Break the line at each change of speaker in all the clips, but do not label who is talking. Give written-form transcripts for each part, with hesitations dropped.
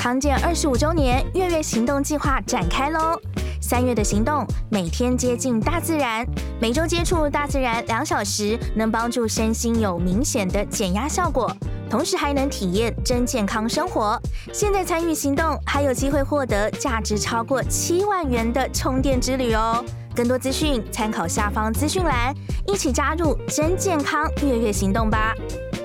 康健25周年月月行动计划展开喽！3月的行动，每天接近大自然，每周接触大自然2小时，能帮助身心有明显的减压效果，同时还能体验真健康生活。现在参与行动，还有机会获得价值超过7万元的充电之旅哦！更多资讯参考下方资讯栏，一起加入真健康月月行动吧！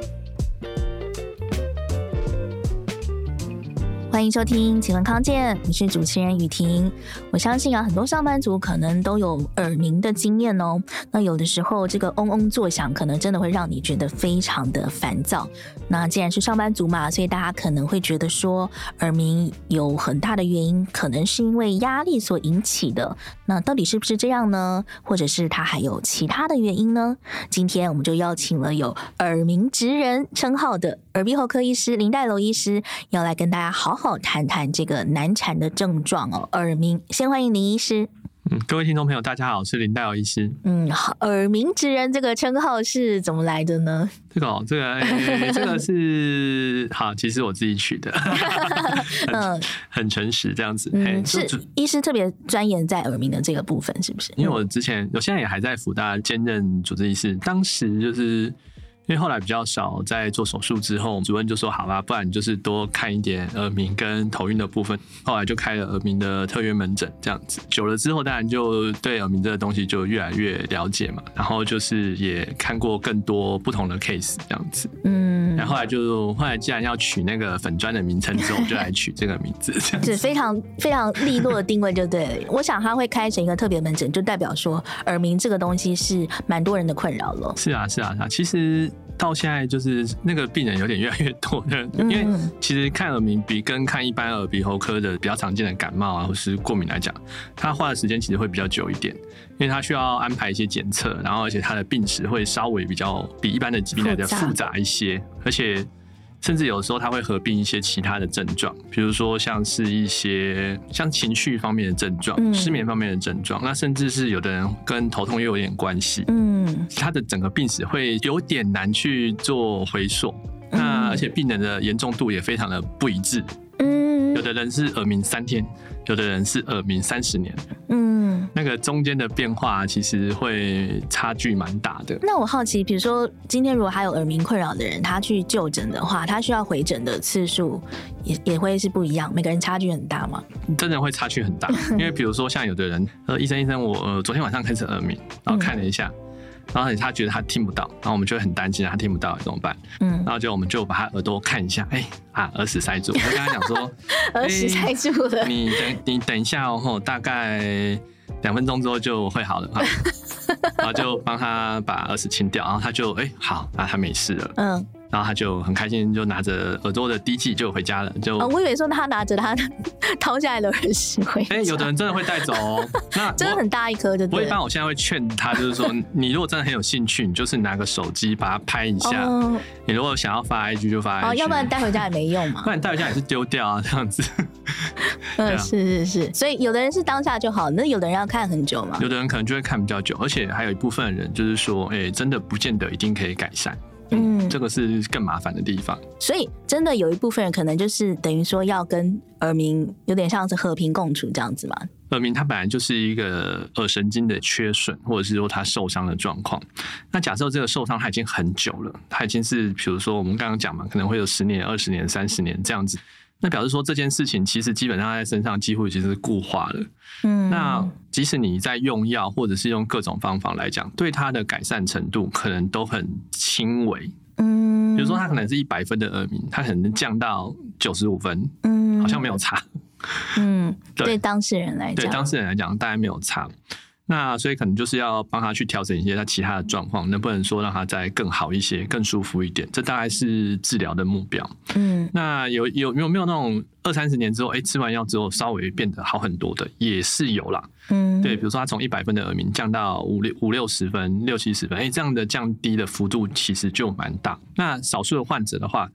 欢迎收听奇闻康健，我是主持人雨婷。我相信很多上班族可能都有耳鸣的经验哦。那有的时候这个嗡嗡作响，可能真的会让你觉得非常的烦躁。那既然是上班族嘛，所以大家可能会觉得说，耳鸣有很大的原因，可能是因为压力所引起的。那到底是不是这样呢？或者是它还有其他的原因呢？今天我们就邀请了有耳鸣职人称号的耳鼻喉科医师林岱楼医师，要来跟大家好好谈谈这个难缠的症状哦，耳鸣。先欢迎林医师。
各位听众朋友，大家好，我是林岱楼医师。
耳鸣职人这个称号是怎么来的呢？这
个是好，其实我自己取的，很诚实这样子。
是医师特别钻研在耳鸣的这个部分，是不是？
因为我现在也还在辅大兼任主治医师，当时就是因为后来比较少在做手术之后，主任就说好吧，不然你就是多看一点耳鸣跟头晕的部分。后来就开了耳鸣的特约门诊，这样子久了之后，当然就对耳鸣这个东西就越来越了解嘛。然后就是也看过更多不同的 case 这样子。然后后来既然要取那个粉专的名称之后，我就来取这个名字，这样子
是非常非常利落的定位就对了。我想他会开成一个特别门诊，就代表说耳鸣这个东西是蛮多人的困扰了。
是啊，其实到现在就是那个病人有点越来越多的，因为其实看耳鸣比跟看一般耳鼻喉科的比较常见的感冒啊或是过敏来讲，他花的时间其实会比较久一点，因为他需要安排一些检测，然后而且他的病史会稍微比一般的疾病来的复杂一些，而且甚至有时候它会合并一些其他的症状，比如说像是一些像情绪方面的症状、失眠方面的症状，那甚至是有的人跟头痛又有点关系。他的整个病史会有点难去做回溯，那而且病人的严重度也非常的不一致。有的人是耳鸣3天，有的人是耳鸣30年。那个中间的变化其实会差距蛮大的。那
我好奇，比如说今天如果还有耳鸣困扰的人，他去就诊的话，他需要回诊的次数也会是不一样，每个人差距很大吗？
真的会差距很大，因为比如说像有的人，医生，我昨天晚上开始耳鸣，然后看了一下。然后他觉得他听不到，然后我们就会很担心他听不到怎么办？然后我们就把他耳朵看一下，耳屎塞住。我就跟他讲说，
耳屎塞住了，
你等一下哦，大概2分钟之后就会好了。然后就帮他把耳屎清掉，然后他就好，他没事了。然后他就很开心，就拿着耳朵的滴剂就回家了。
我以为说他拿着他掏下来的耳屎回家。
有的人真的会带走哦。那
真的很大一颗，对不对？
我一般我现在会劝他，就是说，你如果真的很有兴趣，你就是拿个手机把它拍一下。你如果想要发 IG 就发 IG，
要不然带回家也没用嘛。
不然带回家也是丢掉啊，这样子。
是。所以有的人是当下就好，那有的人要看很久嘛。
有的人可能就会看比较久，而且还有一部分的人就是说，真的不见得一定可以改善。这个是更麻烦的地方。所
以真的有一部分人可能就是等于说要跟耳鸣有点像是和平共处这样子嘛。
耳鸣它本来就是一个耳神经的缺损，或者是说它受伤的状况。那假设这个受伤它已经很久了，它已经是比如说我们刚刚讲嘛，可能会有10年、20年、30年这样子。那表示说这件事情其实基本上在身上几乎已经是固化了。那即使你在用药或者是用各种方法来讲，对它的改善程度可能都很轻微。比如说它可能是100分的耳鸣，它可能降到95分，好像没有差。
对当事人来
讲，大概没有差。那所以可能就是要帮他去调整一些他其他的状况，能不能说让他再更好一些、更舒服一点？这大概是治疗的目标。那有没有那种20-30年之后，吃完药之后稍微变得好很多的，也是有啦。对，比如说他从100分的耳鸣降到50-60分、60-70分，这样的降低的幅度其实就蛮大。那少数的患者的话，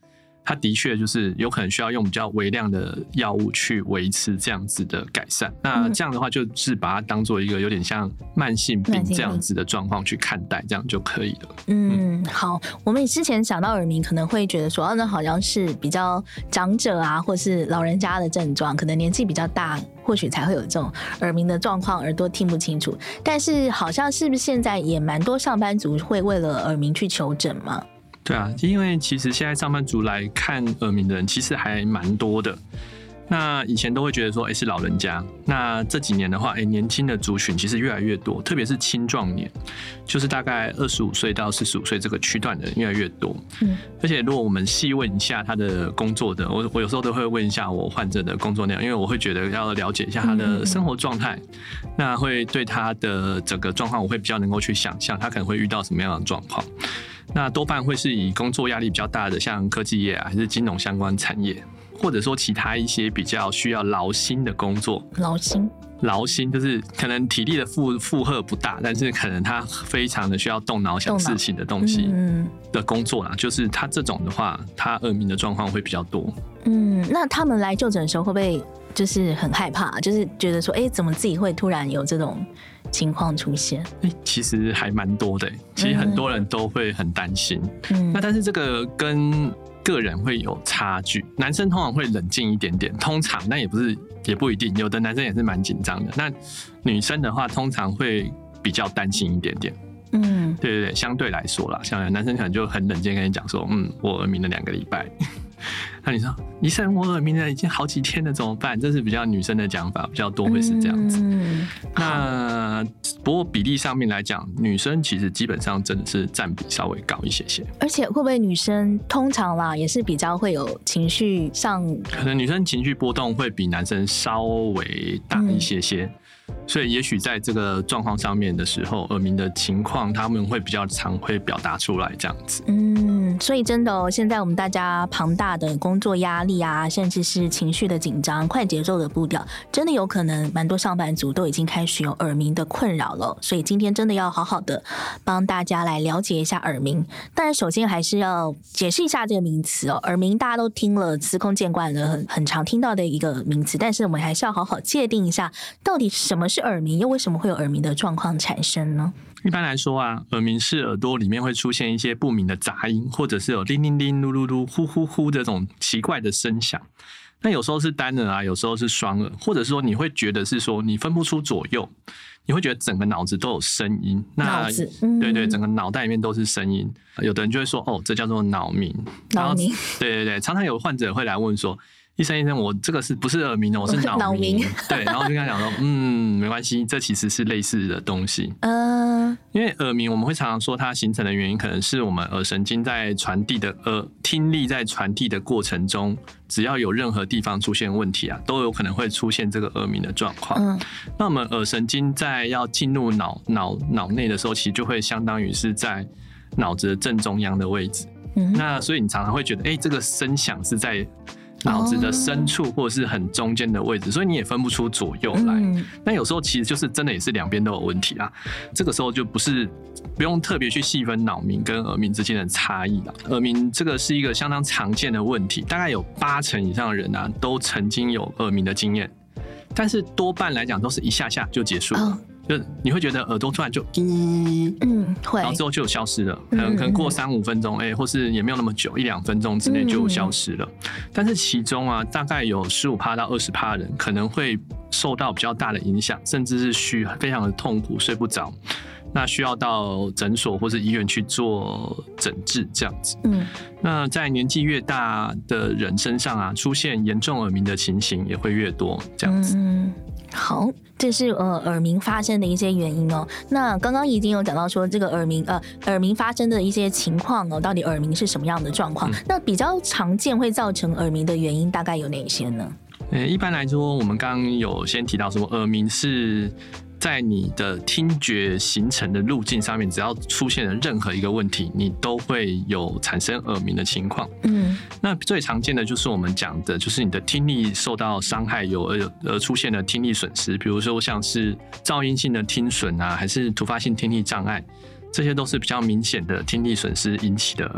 它的确就是有可能需要用比较微量的药物去维持这样子的改善。那这样的话，就是把它当做一个有点像慢性病这样子的状况去看待，这样就可以了。
好，我们之前想到耳鸣，可能会觉得说，那好像是比较长者啊，或是老人家的症状，可能年纪比较大，或许才会有这种耳鸣的状况，耳朵听不清楚。但是好像是不是现在也蛮多上班族会为了耳鸣去求诊吗？
对啊，因为其实现在上班族来看耳鸣的人其实还蛮多的。那以前都会觉得说，是老人家。那这几年的话，年轻的族群其实越来越多，特别是青壮年，就是大概25岁到45岁这个区段的人越来越多。而且如果我们细问一下他的工作的，我有时候都会问一下我患者的工作内容，因为我会觉得要了解一下他的生活状态，那会对他的整个状况，我会比较能够去想象他可能会遇到什么样的状况。那多半会是以工作压力比较大的，像科技业啊，还是金融相关产业。或者说其他一些比较需要劳心的工作，劳心就是可能体力的负荷不大，但是可能他非常的需要动脑想事情的东西的工作啦，就是他这种的话，他耳鸣的状况会比较多。
那他们来就诊的时候会不会就是很害怕，就是觉得说，怎么自己会突然有这种情况出现？
其实还蛮多的，其实很多人都会很担心。那但是这个跟个人会有差距，男生通常会冷静一点点，通常，但也不一定，有的男生也是蛮紧张的。那女生的话，通常会比较担心一点点。对，相对来说啦，像男生可能就很冷静跟你讲说，我耳鸣了2个礼拜。那你说，医生，我耳鸣了已经好几天了，怎么办？这是比较女生的讲法，比较多会是这样子。那不过比例上面来讲，女生其实基本上真的是占比稍微高一些些。
而且会不会女生通常啦也是比较会有情绪上，
可能女生情绪波动会比男生稍微大一些些。所以也许在这个状况上面的时候，耳鸣的情况他们会比较常会表达出来这样子。
所以真的现在我们大家庞大的工作压力啊，甚至是情绪的紧张、快节奏的步调，真的有可能蛮多上班族都已经开始有耳鸣的困扰了。所以今天真的要好好的帮大家来了解一下耳鸣。当然首先还是要解释一下这个名词耳鸣大家都听了司空见惯的很常听到的一个名词，但是我们还是要好好界定一下到底什么是耳鸣，又为什么会有耳鸣的状况产生呢？
一般来说啊，耳鸣是耳朵里面会出现一些不明的杂音，或者是有铃铃铃、噜噜噜、呼呼呼这种奇怪的声响。那有时候是单耳啊，有时候是双耳，或者是说你会觉得是说你分不出左右，你会觉得整个脑子都有声音。那对，整个脑袋里面都是声音。有的人就会说，这叫做脑鸣。对，常常有患者会来问说，医生，我这个是不是耳鸣呢？我是脑鸣。对，然后就跟他讲说，没关系，这其实是类似的东西。因为耳鸣我们会常常说它形成的原因，可能是我们耳神经在传递的听力在传递的过程中，只要有任何地方出现问题啊，都有可能会出现这个耳鸣的状况。那我们耳神经在要进入脑内的时候，其实就会相当于是在脑子的正中央的位置。那所以你常常会觉得，这个声响是在脑子的深处或者是很中间的位置，所以你也分不出左右来。那有时候其实就是真的也是两边都有问题啊。这个时候就不用特别去细分脑鸣跟耳鸣之间的差异了。耳鸣这个是一个相当常见的问题，大概有80%以上的人啊都曾经有耳鸣的经验，但是多半来讲都是一下下就结束了。就你会觉得耳朵突然就会，然后之后就消失了，可能过3-5分钟，或是也没有那么久，1-2分钟之内就消失了。但是其中啊，大概有15%到20%的人可能会受到比较大的影响，甚至是非常的痛苦，睡不着。那需要到诊所或是医院去做诊治这样子。那在年纪越大的人身上啊，出现严重耳鸣的情形也会越多这样子。
好，这是耳鸣发生的一些原因哦。那刚刚已经有讲到说这个耳鸣发生的一些情况哦，到底耳鸣是什么样的状况？那比较常见会造成耳鸣的原因大概有哪些呢？
一般来说，我们刚刚有先提到说，耳鸣是在你的听觉形成的路径上面，只要出现了任何一个问题，你都会有产生耳鸣的情况。那最常见的就是我们讲的，就是你的听力受到伤害，而出现的听力损失，比如说像是噪音性的听损啊，还是突发性听力障碍，这些都是比较明显的听力损失引起的耳鸣。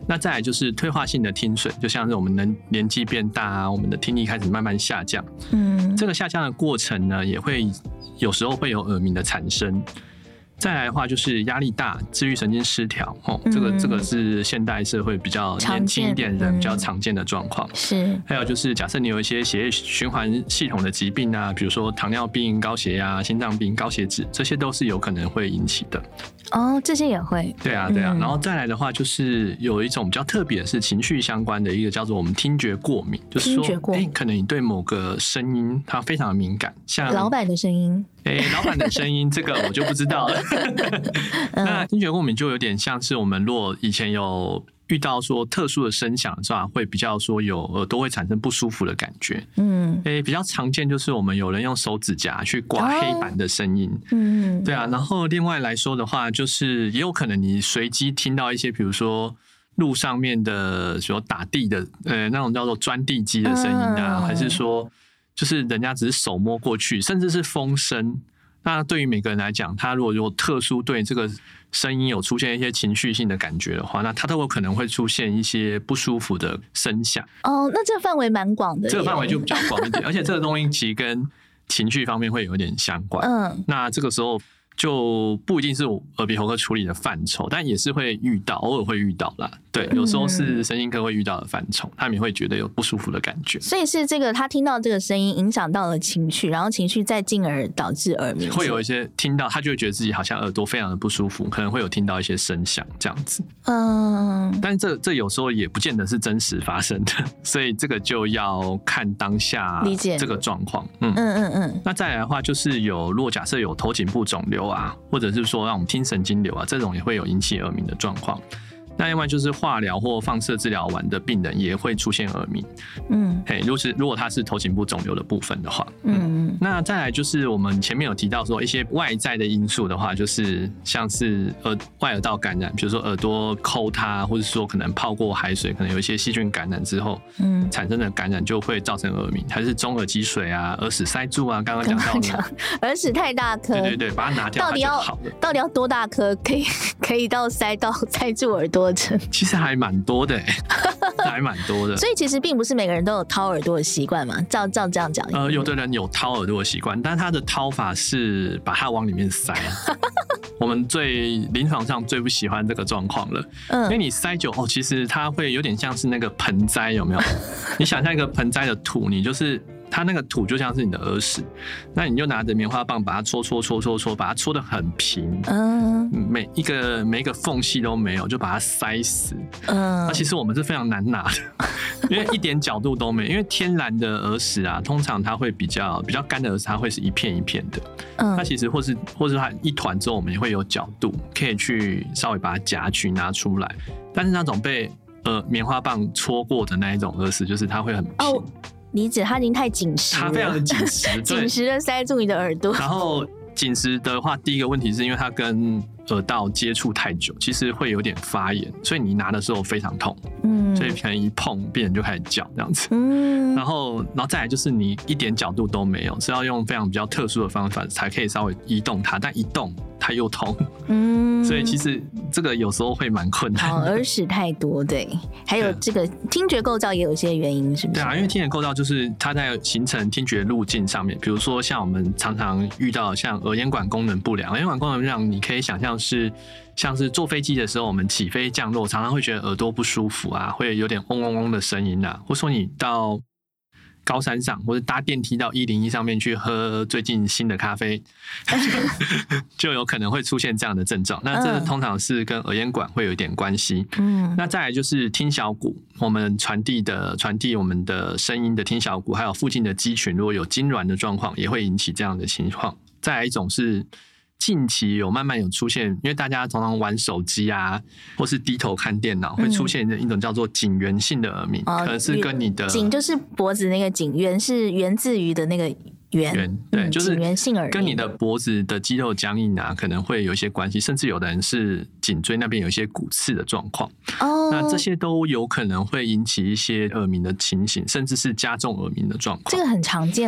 那再来就是退化性的听损，就像是我们年纪变大啊，我们的听力开始慢慢下降。这个下降的过程呢，也会有时候会有耳鸣的产生。再来的话就是压力大、自律神经失调，这个是现代社会比较年轻一点人比较常见的状况。
是，
还有就是假设你有一些血液循环系统的疾病啊，比如说糖尿病、高血压、心脏病、高血脂，这些都是有可能会引起的。
这些也会。
对啊。然后再来的话，就是有一种比较特别的是情绪相关的一个叫做我们听觉过敏，就是说，可能你对某个声音它非常的敏感，像
老板的声音。
老板的声音，这个我就不知道了。那听觉过敏就有点像是我们如果以前有遇到说特殊的声响的时候，会比较说有耳朵会产生不舒服的感觉。比较常见就是我们有人用手指甲去刮黑板的声音。对啊。然后另外来说的话，就是也有可能你随机听到一些，比如说路上面的，比如打地的，那种叫做钻地机的声音啊，还是说就是人家只是手摸过去，甚至是风声。那对于每个人来讲，他如果有特殊对这个声音有出现一些情绪性的感觉的话，那他都有可能会出现一些不舒服的声响。
那这个范围蛮广的。
这个范围就比较广一点，而且这个东西其实跟情绪方面会有点相关。那这个时候就不一定是耳鼻喉科处理的范畴，但也是会遇到，偶尔会遇到啦。对，有时候是神经科会遇到的范畴，他们也会觉得有不舒服的感觉。
所以是这个他听到这个声音影响到了情绪，然后情绪再进而导致耳鸣。
会有一些听到他就会觉得自己好像耳朵非常的不舒服，可能会有听到一些声响这样子。但这有时候也不见得是真实发生的，所以这个就要看当下这个状况。那再来的话就是如果假设有头颈部肿瘤啊，或者是说让我们听神经瘤啊，这种也会有引起耳鸣的状况。那另外就是化疗或放射治疗完的病人也会出现耳鸣。如果他是头颈部肿瘤的部分的话。那再来就是我们前面有提到说一些外在的因素的话，就是像是外耳道感染，比如说耳朵抠它，或者说可能泡过海水，可能有一些细菌感染之后产生的感染就会造成耳鸣，还是中耳积水啊、耳屎塞住啊，刚刚讲到的
耳屎太大颗，
对，把它拿掉它就好了。
到底要多大颗可以到塞住耳朵？
其实还蛮多的还蛮多的。
所以其实并不是每个人都有掏耳朵的习惯嘛，照这样讲。
有的人有掏耳朵的习惯，但他的掏法是把它往里面塞。我们临床上最不喜欢这个状况了，因为你塞久其实它会有点像是那个盆栽，有没有？你想象一个盆栽的土，你就是它那个土就像是你的耳屎，那你就拿着棉花棒把它搓，把它搓得很平，每一个缝隙都没有，就把它塞死。那其实我们是非常难拿的，因为一点角度都没有。因为天然的耳屎啊，通常它会比较干的耳屎，它会是一片一片的。那其实或是它一团之后，我们也会有角度，可以去稍微把它夹取拿出来。但是那种被棉花棒搓过的那一种耳屎，就是它会很平。
理解，它已经太紧实了，
它非常的紧实，
紧实的塞住你的耳朵。
然后紧实的话，第一个问题是因为它跟耳道接触太久，其实会有点发炎，所以你拿的时候非常痛。所以可能一碰病人就开始叫这样子。然后再来就是你一点角度都没有，是要用非常比较特殊的方法才可以稍微移动它，但一动它又痛。所以其实这个有时候会蛮困难的。
耳屎太多，对，还有这个听觉构造也有一些原因，是不是？
对啊，因为听觉构造就是它在形成听觉路径上面，比如说像我们常常遇到像耳咽管功能不良，耳咽管功能不良你可以想象像是坐飞机的时候，我们起飞降落常常会觉得耳朵不舒服啊，会有点嗡嗡嗡的声音啊，或说你到高山上或者搭电梯到101上面去喝最近新的咖啡就有可能会出现这样的症状。那这通常是跟耳咽管会有一点关系。那再来就是听小骨，我们传递我们的声音的听小骨，还有附近的肌群，如果有痉挛的状况，也会引起这样的情况。再来一种是近期慢慢有出现，因为大家常常玩手机啊，或是低头看电脑，会出现一种叫做颈源性的耳鸣，可能是跟你的
颈就是脖子那个颈，源是源自于的那个源，
对，就是
颈源性耳鸣，
跟你的脖子的肌肉僵硬啊，可能会有一些关系，甚至有的人是颈椎那边有一些骨刺的状况。那这些都有可能会引起一些耳鸣的情形，甚至是加重耳鸣的状况。
这个很常见吗？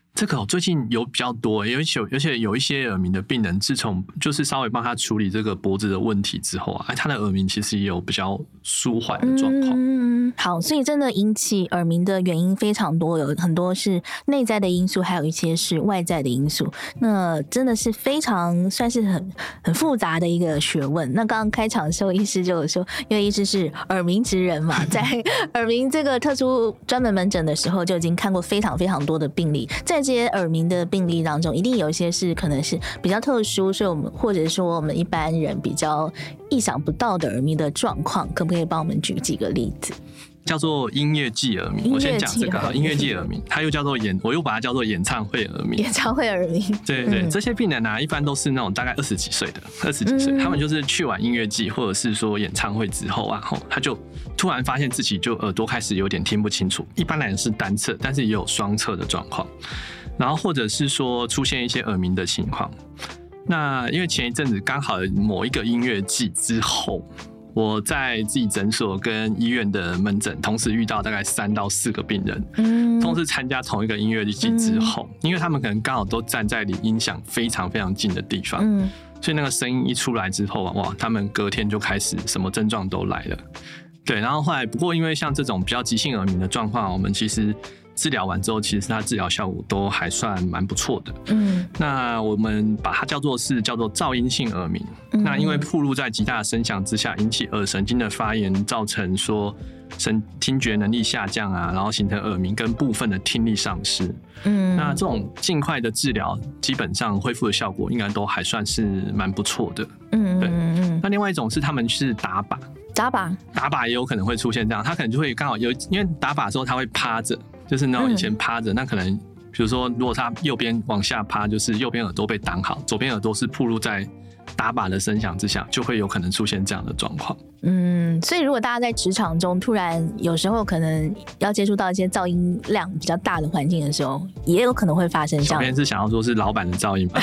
这个最近有比较多，而且有一些耳鸣的病人，自从就是稍微帮他处理这个脖子的问题之后啊，他的耳鸣其实也有比较舒缓的状况。
好，所以真的引起耳鸣的原因非常多，有很多是内在的因素，还有一些是外在的因素。那真的是非常算是很复杂的一个学问。那刚刚开场的时候，医师就有说，因为医师是耳鸣职人嘛，在耳鸣这个特殊专门门诊的时候，就已经看过非常非常多的病例。在这些耳鸣的病例当中，一定有一些是可能是比较特殊，所以我们或者说我们一般人比较意想不到的耳鸣的状况，可不可以帮我们举几个例子？
叫做音乐季耳鸣，我先讲这个音乐季耳鸣，它又叫做我又把它叫做演唱会耳鸣。
演唱会耳鸣，
对对，这些病人一般都是那种大概20几岁的，20几岁，他们就是去完音乐季或者是说演唱会之后啊，他就突然发现自己就耳朵开始有点听不清楚，一般来讲是单侧，但是也有双侧的状况，然后或者是说出现一些耳鸣的情况。那因为前一阵子刚好某一个音乐季之后，我在自己诊所跟医院的门诊同时遇到大概3到4个病人，同时参加同一个音乐季之后，因为他们可能刚好都站在离音响非常非常近的地方，所以那个声音一出来之后，哇，他们隔天就开始什么症状都来了。对，然后后来不过因为像这种比较急性耳鸣的状况，我们其实治疗完之后，其实它治疗效果都还算蛮不错的。那我们把它叫做噪音性耳鸣。那因为暴露在极大的声响之下，引起耳神经的发炎，造成说听觉能力下降啊，然后形成耳鸣跟部分的听力丧失。那这种尽快的治疗，基本上恢复的效果应该都还算是蛮不错的。对。那另外一种是他们是打靶。打靶也有可能会出现这样，他可能就会刚好因为打靶的时候他会趴着，就是那种以前趴着，那可能比如说如果他右边往下趴，就是右边耳朵被挡好，左边耳朵是暴露在打靶的声响之下，就会有可能出现这样的状况。
所以如果大家在职场中突然有时候可能要接触到一些噪音量比较大的环境的时候，也有可能会发生这样。
小编是想要说是老板的噪音吧？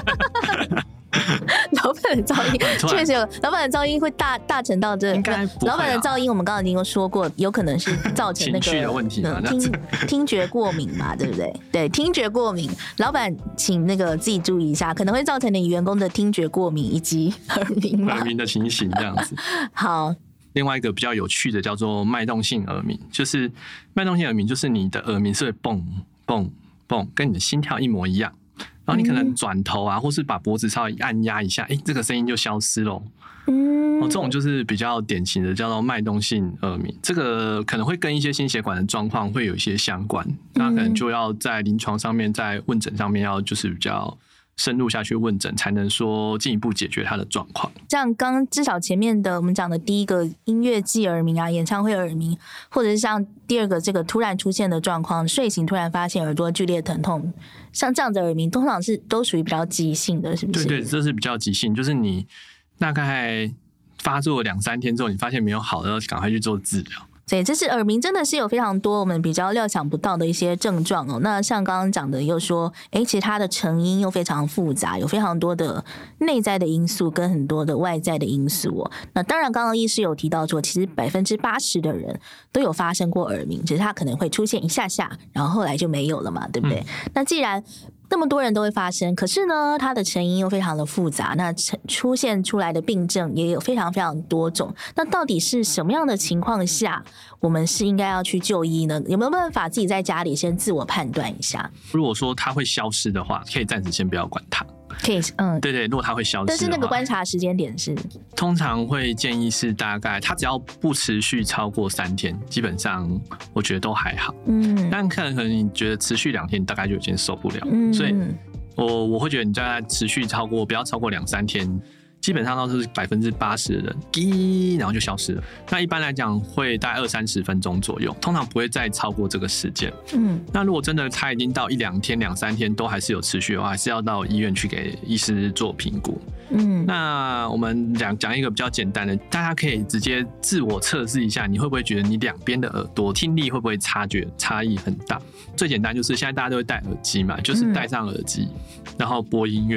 老板的噪音确实有，老板的噪音会大成到这，
应该不会啊。
老板的噪音我们刚刚已经有说过，有可能是造成那个
情绪的问题嘛，
听觉过敏嘛，对不对？对，听觉过敏，老板请那个自己注意一下，可能会造成你员工的听觉过敏以及耳鸣
的情形这样子。
好。
另外一个比较有趣的叫做脉动性耳鸣，就是脉动性耳鸣，就是你的耳鸣是会蹦蹦蹦，跟你的心跳一模一样。然后你可能转头啊，或是把脖子稍微按压一下，这个声音就消失了。这种就是比较典型的叫做脉动性耳鸣，这个可能会跟一些心血管的状况会有一些相关，那可能就要在临床上面，在问诊上面要就是比较深入下去问诊，才能说进一步解决他的状况。
像刚至少前面的我们讲的第一个音乐季耳鸣啊，演唱会耳鸣，或者是像第二个这个突然出现的状况，睡醒突然发现耳朵剧烈疼痛，像这样的耳鸣通常是都属于比较急性的，是不是？
对，这是比较急性，就是你大概发作了2-3天之后，你发现没有好，然后赶快去做治疗。
对，这是耳鸣真的是有非常多我们比较料想不到的一些症状哦。那像刚刚讲的又说，其实它的成因又非常复杂，有非常多的内在的因素跟很多的外在的因素哦。那当然刚刚医师有提到说，其实80%的人都有发生过耳鸣，只是它可能会出现一下下，然后后来就没有了嘛，对不对？那既然那么多人都会发生，可是呢，它的成因又非常的复杂，那出现出来的病症也有非常非常多种。那到底是什么样的情况下，我们是应该要去就医呢？有没有办法自己在家里先自我判断一下？
如果说它会消失的话，可以暂时先不要管它。
可以，
对，如果它会消失的话，
但是那个观察时间点是，
通常会建议是大概它只要不持续超过3天，基本上我觉得都还好。但可能你觉得持续2天，你大概就已经受不了。所以我会觉得你大概持续不要超过2-3天。基本上都是80%的人滴，然后就消失了。那一般来讲会大概20-30分钟左右，通常不会再超过这个时间。那如果真的他已经到1-2天、2-3天都还是有持续的话，还是要到医院去给医师做评估。那我们讲一个比较简单的，大家可以直接自我测试一下，你会不会觉得你两边的耳朵听力会不会差异很大？最简单就是现在大家都会戴耳机嘛，就是戴上耳机，然后播音乐嘛。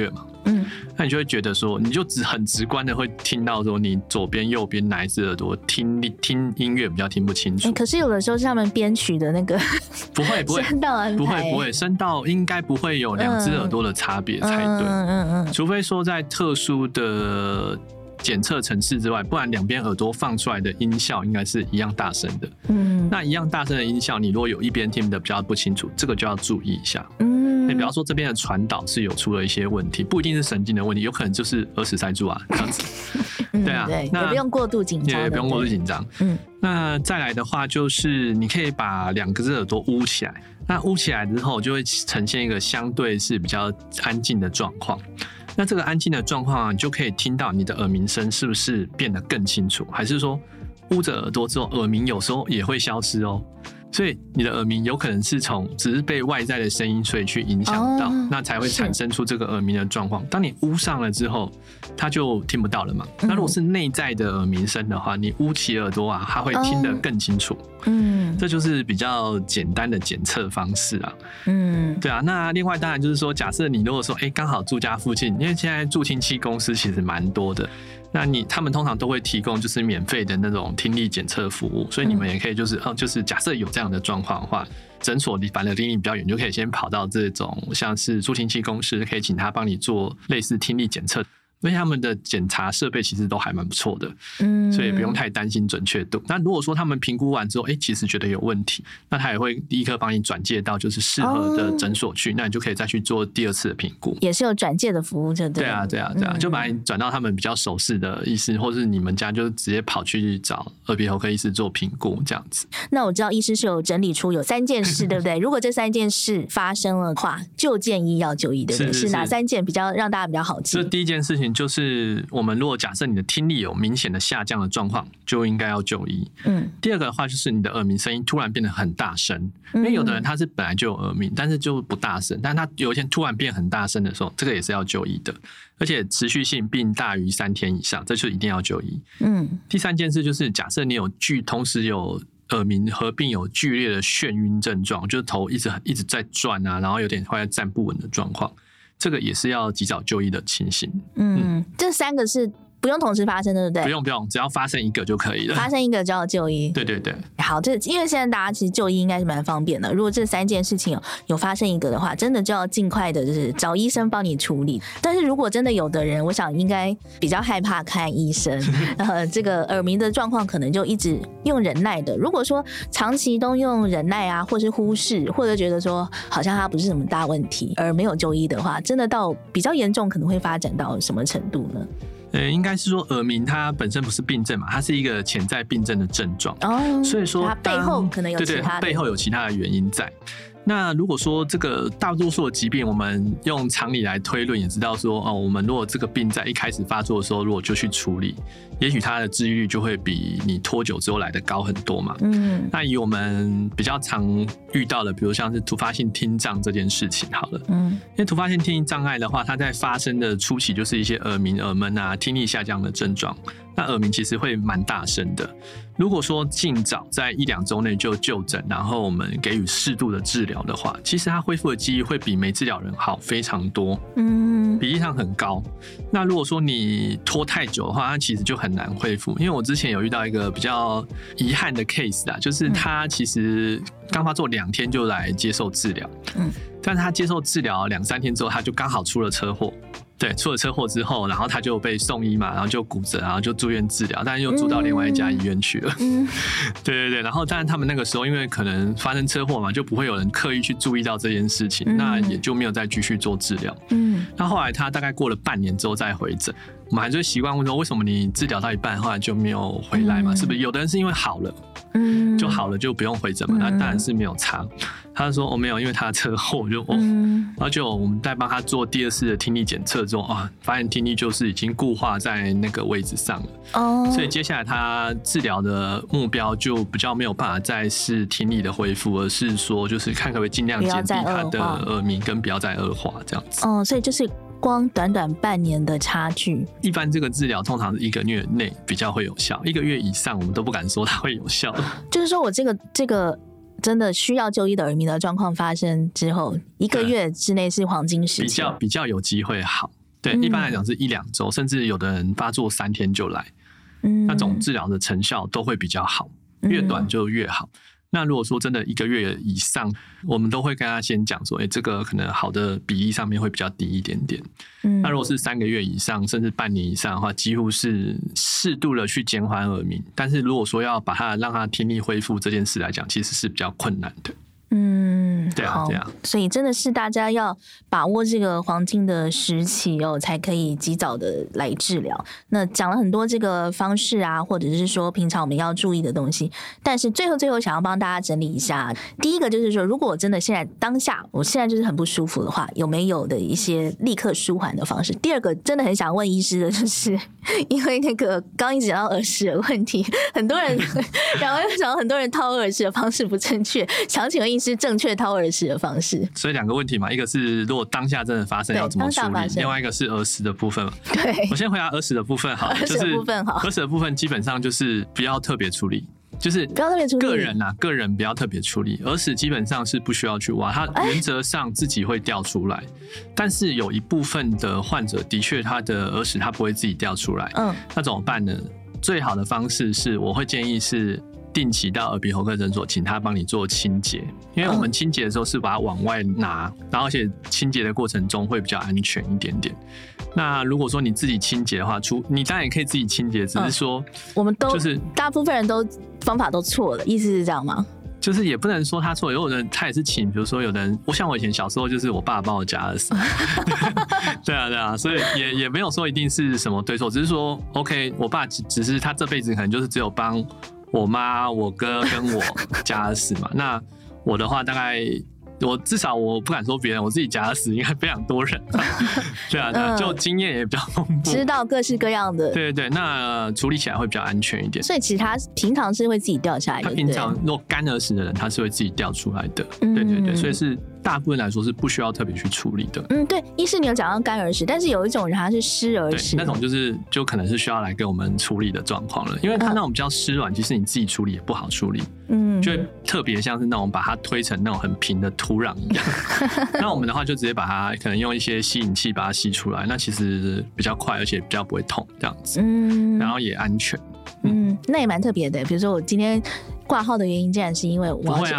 那你就会觉得说，你就很直观的会听到说，你左边右边哪一只耳朵听音乐比较听不清楚。
可是有的时候是他们编曲的那个
不会
声道安排，
不会声道应该不会有2只耳朵的差别才对，除非说在特殊的检测程式之外，不然2边耳朵放出来的音效应该是一样大声的。那一样大声的音效，你如果有一边听得比较不清楚，这个就要注意一下。你比方说这边的传导是有出了一些问题，不一定是神经的问题，有可能就是耳屎塞住啊，这样子。对啊，
也不用过度紧张，
也不用过度紧张。那再来的话，就是你可以把2只耳朵捂起来，那捂起来之后就会呈现一个相对是比较安静的状况。那这个安静的状况啊，你就可以听到你的耳鸣声是不是变得更清楚，还是说捂着耳朵之后耳鸣有时候也会消失哦。所以你的耳鸣有可能是只是被外在的声音所以去影响到，那才会产生出这个耳鸣的状况。当你捂上了之后，它就听不到了嘛。那如果是内在的耳鸣声的话，你捂起耳朵啊，它会听得更清楚。这就是比较简单的检测方式啊。对啊。那另外当然就是说，假设你如果说刚好住家附近，因为现在助听器公司其实蛮多的。那他们通常都会提供就是免费的那种听力检测服务，所以你们也可以就是假设有这样的状况的话，诊所反正离你比较远，就可以先跑到这种像是助听器公司，可以请他帮你做类似听力检测。因为他们的检查设备其实都还蛮不错的，所以不用太担心准确度。那如果说他们评估完之后，其实觉得有问题，那他也会立刻帮你转介到就是适合的诊所去，那你就可以再去做第2次的评估。
也是有转介的服务，就对。
对啊，就把你转到他们比较熟识的医师，或是你们家就直接跑去找耳鼻喉科医师做评估这样子。
那我知道医师是有整理出有3件事，对不对？如果这3件事发生了的话，就建议要就医，对不对？是哪3件比较让大家比较好记？
这第一件事情就是我们如果假设你的听力有明显的下降的状况，就应该要就医。第2个的话就是你的耳鸣声音突然变得很大声，因为有的人他是本来就有耳鸣，但是就不大声，但他有一天突然变很大声的时候，这个也是要就医的，而且持续性并大于3天以上，这就一定要就医。第3件事就是假设你有同时有耳鸣合并有剧烈的眩晕症状，就是头一直在转啊，然后有点快要站不稳的状况，这个也是要及早就医的情形。
这3个是不用同时发生，对不对？
不用，只要发生一个就可以了。
发生一个就要就医。
对。
好，因为现在大家其实就医应该是蛮方便的。如果这3件事情有发生一个的话，真的就要尽快的就是找医生帮你处理。但是如果真的有的人，我想应该比较害怕看医生，这个耳鸣的状况可能就一直用忍耐的。如果说长期都用忍耐啊，或是忽视，或者觉得说好像它不是什么大问题，而没有就医的话，真的到比较严重，可能会发展到什么程度呢？
应该是说耳鸣它本身不是病症嘛，它是一个潜在病症的症状，所以说
它背后可能有其他的，
背后有其他的原因在。那如果说这个大多数的疾病，我们用常理来推论，也知道说我们如果这个病在一开始发作的时候，如果就去处理，也许它的治愈率就会比你拖久之后来的高很多嘛。那以我们比较常遇到的，比如像是突发性听障这件事情好了，因为突发性听力障碍的话，它在发生的初期就是一些耳鸣、耳闷啊、听力下降的症状。那耳鸣其实会蛮大声的，如果说尽早在1-2周内就就诊，然后我们给予适度的治疗的话，其实它恢复的几率会比没治疗人好非常多，比例上很高。那如果说你拖太久的话，它其实就很难恢复。因为我之前有遇到一个比较遗憾的 case 啦，就是他其实刚发作2天就来接受治疗，但是他接受治疗2-3天之后，他就刚好出了车祸。对，出了车祸之后，然后他就被送医嘛，然后就骨折，然后就住院治疗，但是又住到另外一家医院去了。对，然后当然他们那个时候因为可能发生车祸嘛，就不会有人刻意去注意到这件事情，那也就没有再继续做治疗。那后来他大概过了半年之后再回诊，我们还是习惯问说，为什么你治疗到一半后来就没有回来嘛？是不是有的人是因为好了？就好了就不用回诊嘛，那当然是没有差。他就说没有，因为他的车祸就然后就我们再帮他做第2次的听力检测之后发现听力就是已经固化在那个位置上了，所以接下来他治疗的目标就比较没有办法再是听力的恢复，而是说就是看可不可以尽量减低他的耳鸣跟不要再恶化这样子。
所以就是光短短半年的差距，
一般这个治疗通常是1个月内比较会有效，1个月以上我们都不敢说它会有效。
就是说我这个真的需要就医的耳鸣的状况发生之后，1个月之内是黄金时期，
比较有机会好。 对，一般来讲是1-2周，甚至有的人发作3天就来，那种治疗的成效都会比较好，越短就越好。那如果说真的1个月以上，我们都会跟他先讲说，这个可能好的比例上面会比较低一点点。那如果是3个月以上，甚至半年以上的话，几乎是适度的去减缓耳鸣。但是如果说要把它让它听力恢复这件事来讲，其实是比较困难的。对啊，这样，
所以真的是大家要把握这个黄金的时期才可以及早的来治疗。那讲了很多这个方式啊，或者是说平常我们要注意的东西，但是最后想要帮大家整理一下。第一个就是说，如果我真的现在当下，我现在就是很不舒服的话，有没有的一些立刻舒缓的方式？第二个真的很想问医师的就是，因为那个刚一直讲到耳石的问题，很多人然后又讲到很多人掏耳石的方式不正确，想请问医师正确掏耳石的方式。
所以2个问题嘛，一个是如果当下真的发生要怎么处理，另外一个是耳石的部分嘛。
对，
我先回答耳石的部分好了，就是耳石的部分基本上就是不要特别处理。就是个人不要特别处理，耳石基本上是不需要去挖，它原则上自己会掉出来。但是有一部分的患者的确他的耳石他不会自己掉出来，那怎么办呢？最好的方式是我会建议是定期到耳鼻喉科诊所，请他帮你做清洁，因为我们清洁的时候是把它往外拿，然后而且清洁的过程中会比较安全一点点。那如果说你自己清洁的话，你当然也可以自己清洁，只是说
我们都就是大部分人都方法都错了，意思是这样吗？
就是也不能说他错，有人他也是请，比如说有人，像我以前小时候就是我爸帮我夹耳石，对啊，所以也没有说一定是什么对错，只是说 OK， 我爸只是他这辈子可能就是只有帮我妈、我哥跟我夹耳石嘛。那我的话大概。至少我不敢说别人，我自己夹耳石应该非常多人，对啊，就经验也比较丰富，
知道各式各样的，
对，那处理起来会比较安全一点。
所以其实他平常是会自己掉下来的，
他平常如果干耳石的人，他是会自己掉出来的，对，所以是大部分来说是不需要特别去处理的。对，
医师你有讲到干耳石，但是有一种人他是湿耳石，
那种就可能是需要来给我们处理的状况了，因为他那种比较湿软，其实你自己处理也不好处理，就会特别像是那种把它推成那种很平的土壤一样。那我们的话就直接把它可能用一些吸引器把它吸出来，那其实比较快，而且比较不会痛这样子，然后也安全。
那也蛮特别的。比如说我今天挂号的原因，竟然是因为我
不会啊，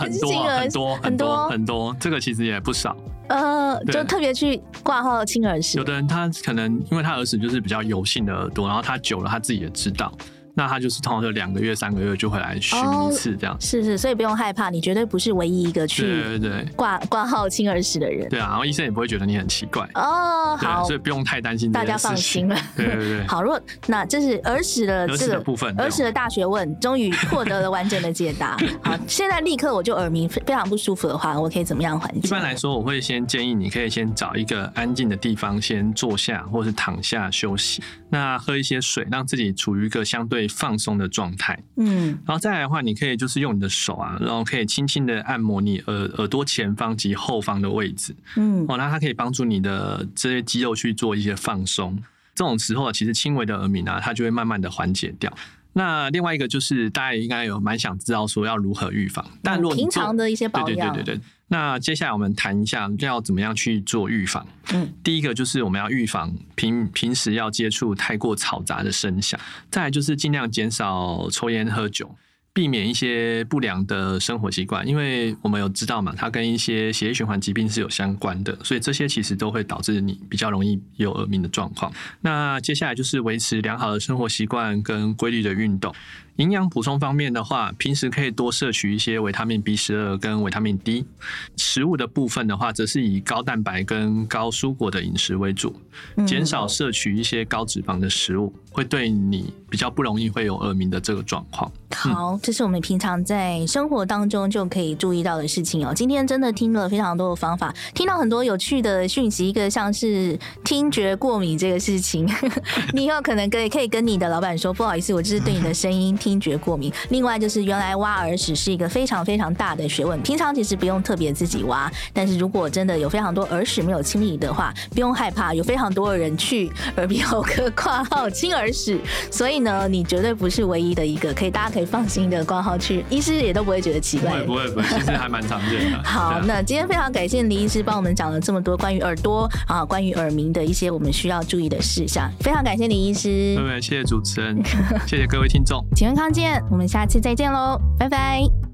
很多，这个其实也不少。
就特别去挂号清耳石。
有的人他可能因为他耳石就是比较油性的耳朵，然后他久了他自己也知道。那他就是通常就2个月、3个月就会来巡一次这样。
是，所以不用害怕，你绝对不是唯一一个去挂号清耳石的人。
对啊，然后医生也不会觉得你很奇怪。
好，
所以不用太担心这件事情，
大家放心了。
对。
好，那这是耳石的这个
部分，
耳石的大学问，终于获得了完整的解答。好，现在立刻我就耳鸣非常不舒服的话，我可以怎么样缓解？
一般来说，我会先建议你可以先找一个安静的地方，先坐下或是躺下休息。那喝一些水，让自己处于一个相对放松的状态。然后再来的话，你可以就是用你的手啊，然后可以轻轻的按摩你耳朵前方及后方的位置。那它可以帮助你的这些肌肉去做一些放松。这种时候其实轻微的耳鸣啊，它就会慢慢的缓解掉。那另外一个就是大家应该有蛮想知道说要如何预防，但如果你
平常的一些保养，
对。那接下来我们谈一下要怎么样去做预防。第一个就是我们要预防平时要接触太过嘈杂的声响，再来就是尽量减少抽烟喝酒，避免一些不良的生活习惯，因为我们有知道嘛，它跟一些血液循环疾病是有相关的，所以这些其实都会导致你比较容易有耳鸣的状况。那接下来就是维持良好的生活习惯跟规律的运动。营养补充方面的话，平时可以多摄取一些维他命 B12 跟维他命 D。食物的部分的话，则是以高蛋白跟高蔬果的饮食为主，减少摄取一些高脂肪的食物，会对你比较不容易会有耳鸣的这个状况。
好，这是我们平常在生活当中就可以注意到的事情哦。今天真的听了非常多的方法，听到很多有趣的讯息，一个像是听觉过敏这个事情，你以后可能可以跟你的老板说，不好意思，我就是对你的声音听觉过敏。另外就是原来挖耳屎是一个非常非常大的学问，平常其实不用特别自己挖，但是如果真的有非常多耳屎没有清理的话，不用害怕，有非常多的人去耳鼻喉科挂号清耳屎，所以呢，你绝对不是唯一的一个，大家可以放心的挂号去，医师也都不会觉得奇怪。
不会，其实还蛮常见的。
好，那今天非常感谢李医师帮我们讲了这么多关于耳朵啊、关于耳鸣的一些我们需要注意的事项，非常感谢李医师。
对，谢谢主持人，谢谢各位听众。
请问康健，我们下次再见喽，拜拜。